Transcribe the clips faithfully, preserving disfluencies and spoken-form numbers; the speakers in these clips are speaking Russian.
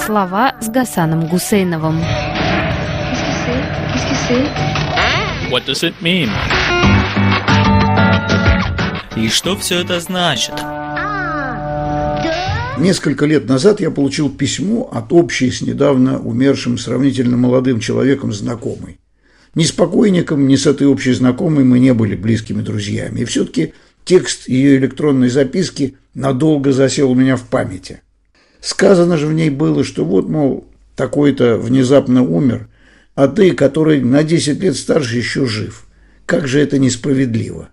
Слова с Гасаном Гусейновым. What does it mean? И что все это значит? Несколько лет назад я получил письмо от общей с недавно умершим сравнительно молодым человеком знакомой. Ни с покойником, ни с этой общей знакомой мы не были близкими друзьями. И все-таки текст ее электронной записки надолго засел у меня в памяти. Сказано же в ней было, что вот, мол, такой-то внезапно умер, а ты, который на десять лет старше, еще жив. Как же это несправедливо.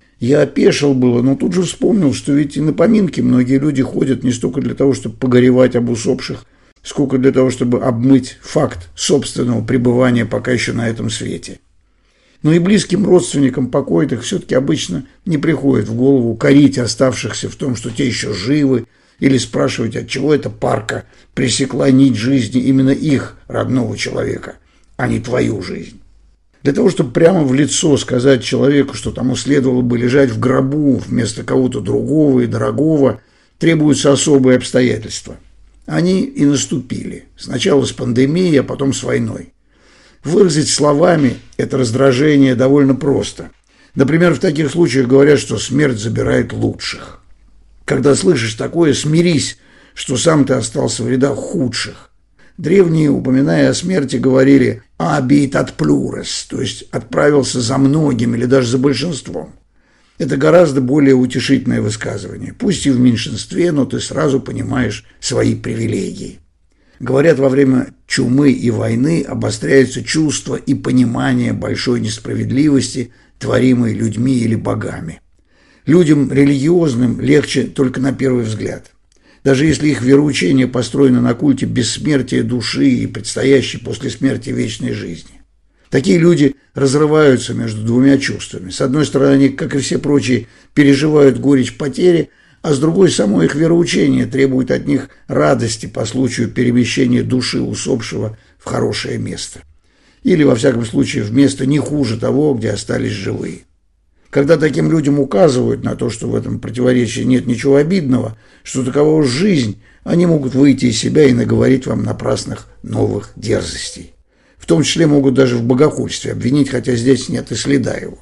Я опешил было, но тут же вспомнил, что ведь и на поминки многие люди ходят не столько для того, чтобы погоревать об усопших, сколько для того, чтобы обмыть факт собственного пребывания пока еще на этом свете. Но и близким родственникам покойных все-таки обычно не приходит в голову корить оставшихся в том, что те еще живы, или спрашивать, отчего эта парка пресекла нить жизни именно их, родного человека, а не твою жизнь. Для того, чтобы прямо в лицо сказать человеку, что тому следовало бы лежать в гробу вместо кого-то другого и дорогого, требуются особые обстоятельства. Они и наступили. Сначала с пандемией, а потом с войной. Выразить словами это раздражение довольно просто. Например, в таких случаях говорят, что смерть забирает лучших. Когда слышишь такое, смирись, что сам ты остался в рядах худших. Древние, упоминая о смерти, говорили «абит ад плюрес», то есть отправился за многим или даже за большинством. Это гораздо более утешительное высказывание. Пусть и в меньшинстве, но ты сразу понимаешь свои привилегии. Говорят, во время чумы и войны обостряются чувства и понимание большой несправедливости, творимой людьми или богами. Людям религиозным легче только на первый взгляд. Даже если их вероучение построено на культе бессмертия души и предстоящей после смерти вечной жизни. Такие люди разрываются между двумя чувствами. С одной стороны, они, как и все прочие, переживают горечь потери, а с другой, само их вероучение требует от них радости по случаю перемещения души усопшего в хорошее место. Или, во всяком случае, в место не хуже того, где остались живые. Когда таким людям указывают на то, что в этом противоречии нет ничего обидного, что такова жизнь, они могут выйти из себя и наговорить вам напрасных новых дерзостей. В том числе могут даже в богохульстве обвинить, хотя здесь нет и следа его.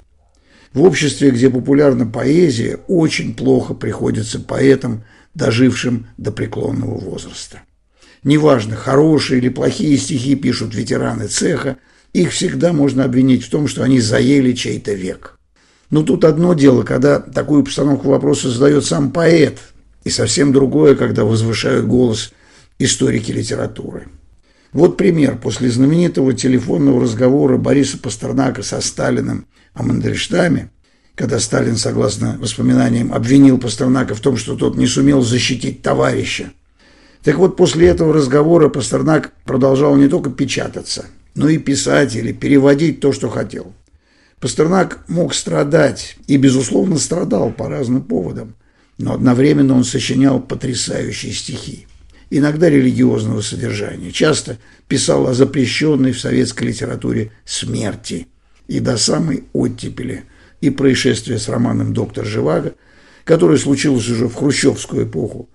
В обществе, где популярна поэзия, очень плохо приходится поэтам, дожившим до преклонного возраста. Неважно, хорошие или плохие стихи пишут ветераны цеха, их всегда можно обвинить в том, что они заели чей-то век. Но тут одно дело, когда такую постановку вопроса задает сам поэт, и совсем другое, когда возвышают голос историки литературы. Вот пример. После знаменитого телефонного разговора Бориса Пастернака со Сталиным о Мандельштаме, когда Сталин, согласно воспоминаниям, обвинил Пастернака в том, что тот не сумел защитить товарища. Так вот, после этого разговора Пастернак продолжал не только печататься, но и писать или переводить то, что хотел. Пастернак мог страдать и, безусловно, страдал по разным поводам, но одновременно он сочинял потрясающие стихи, иногда религиозного содержания, часто писал о запрещенной в советской литературе смерти и до самой оттепели и происшествия с романом «Доктор Живаго», которое случилось уже в хрущевскую эпоху,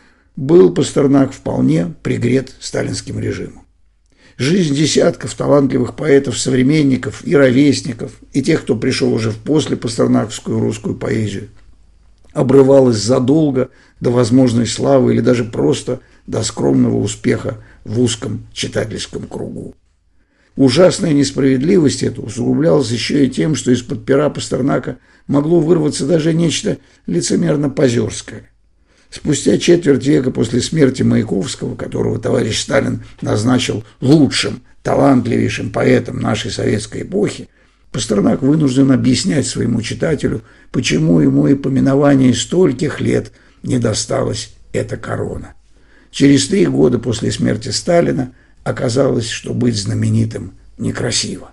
был Пастернак вполне пригрет сталинским режимом. Жизнь десятков талантливых поэтов-современников и ровесников, и тех, кто пришел уже в послепастернаковскую русскую поэзию, обрывалась задолго до возможной славы или даже просто до скромного успеха в узком читательском кругу. Ужасная несправедливость эта усугублялась еще и тем, что из-под пера Пастернака могло вырваться даже нечто лицемерно-позерское. Спустя четверть века после смерти Маяковского, которого товарищ Сталин назначил лучшим, талантливейшим поэтом нашей советской эпохи, Пастернак вынужден объяснять своему читателю, почему ему и по миновании стольких лет не досталась эта корона. Через три года после смерти Сталина оказалось, что быть знаменитым некрасиво.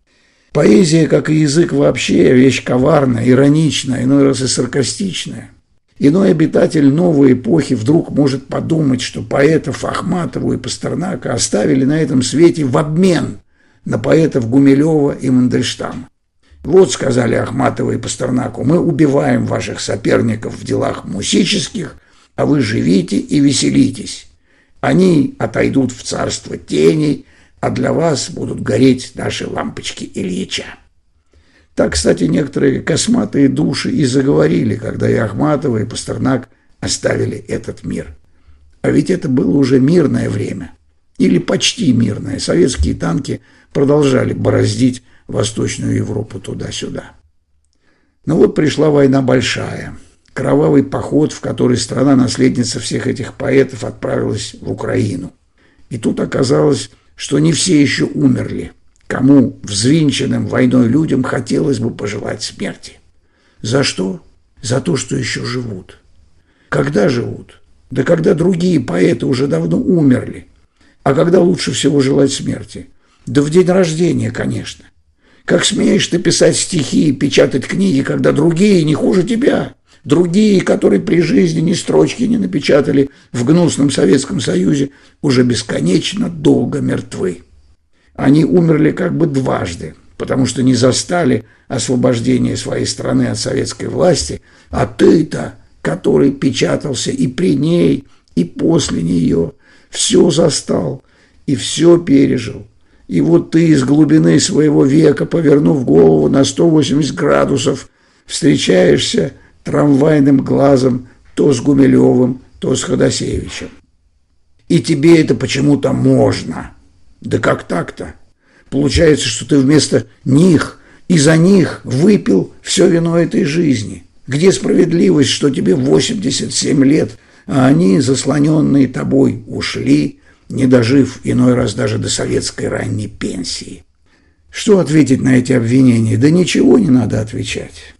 Поэзия, как и язык вообще, вещь коварная, ироничная, иной раз и саркастичная. Иной обитатель новой эпохи вдруг может подумать, что поэтов Ахматову и Пастернака оставили на этом свете в обмен на поэтов Гумилева и Мандельштама. Вот, сказали Ахматова и Пастернаку, мы убиваем ваших соперников в делах мусических, а вы живите и веселитесь. Они отойдут в царство теней, а для вас будут гореть наши лампочки Ильича. Так, кстати, некоторые косматые души и заговорили, когда и Ахматова, и Пастернак оставили этот мир. А ведь это было уже мирное время, или почти мирное. Советские танки продолжали бороздить Восточную Европу туда-сюда. Но вот пришла война большая, кровавый поход, в который страна-наследница всех этих поэтов отправилась в Украину. И тут оказалось, что не все еще умерли, кому взвинченным войной людям хотелось бы пожелать смерти. За что? За то, что еще живут. Когда живут? Да когда другие поэты уже давно умерли. А когда лучше всего желать смерти? Да в день рождения, конечно. Как смеешь ты писать стихи и печатать книги, когда другие не хуже тебя? Другие, которые при жизни ни строчки не напечатали в гнусном Советском Союзе, уже бесконечно долго мертвы. Они умерли как бы дважды, потому что не застали освобождение своей страны от советской власти, а ты-то, который печатался и при ней, и после нее, все застал и все пережил. И вот ты из глубины своего века, повернув голову на сто восемьдесят градусов, встречаешься трамвайным глазом то с Гумилевым, то с Ходосевичем. И тебе это почему-то можно. Да как так-то? Получается, что ты вместо них и за них выпил все вино этой жизни. Где справедливость, что тебе восемьдесят семь лет, а они, заслоненные тобой, ушли, не дожив иной раз даже до советской ранней пенсии? Что ответить на эти обвинения? Да ничего не надо отвечать.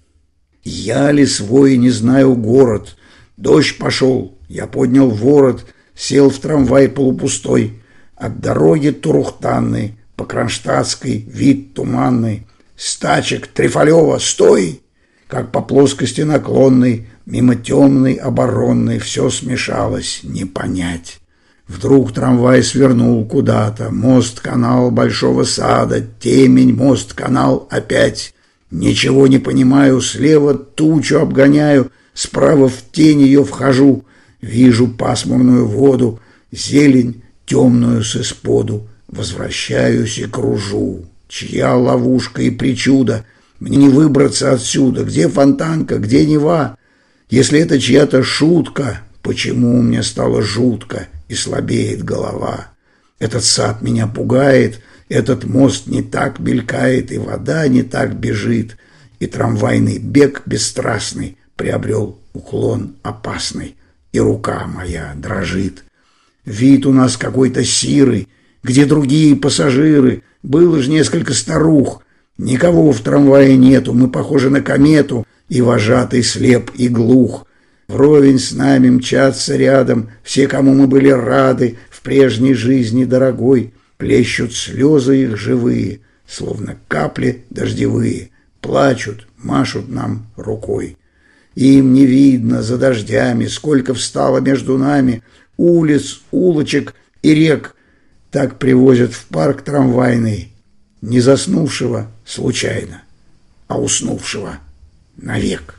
Я ли свой не знаю город, дождь пошел, я поднял ворот, сел в трамвай полупустой, от дороги Турухтанной по Кронштадтской вид туманный, стачек Трефалева, стой! Как по плоскости наклонной, мимо темной оборонной, все смешалось, не понять. Вдруг трамвай свернул куда-то, мост-канал Большого сада, темень, мост-канал опять. Ничего не понимаю, слева тучу обгоняю, справа в тень ее вхожу. Вижу пасмурную воду, зелень темную с исподу. Возвращаюсь и кружу. Чья ловушка и причуда? Мне не выбраться отсюда. Где Фонтанка, где Нева? Если это чья-то шутка, почему мне стало жутко и слабеет голова? Этот сад меня пугает, этот мост не так мелькает, и вода не так бежит, и трамвайный бег бесстрастный приобрел уклон опасный, и рука моя дрожит. Вид у нас какой-то сирый, где другие пассажиры, было ж несколько старух, никого в трамвае нету, мы похожи на комету, и вожатый слеп и глух. Вровень с нами мчатся рядом все, кому мы были рады в прежней жизни дорогой, плещут слезы их живые, словно капли дождевые, плачут, машут нам рукой. Им не видно за дождями, сколько встало между нами улиц, улочек и рек. Так привозят в парк трамвайный не заснувшего случайно, а уснувшего навек.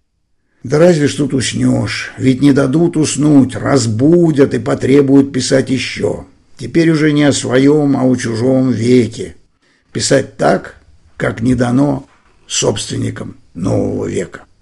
Да разве ж тут уснешь, ведь не дадут уснуть, разбудят и потребуют писать еще. Теперь уже не о своем, а о чужом веке. Писать так, как не дано собственникам нового века.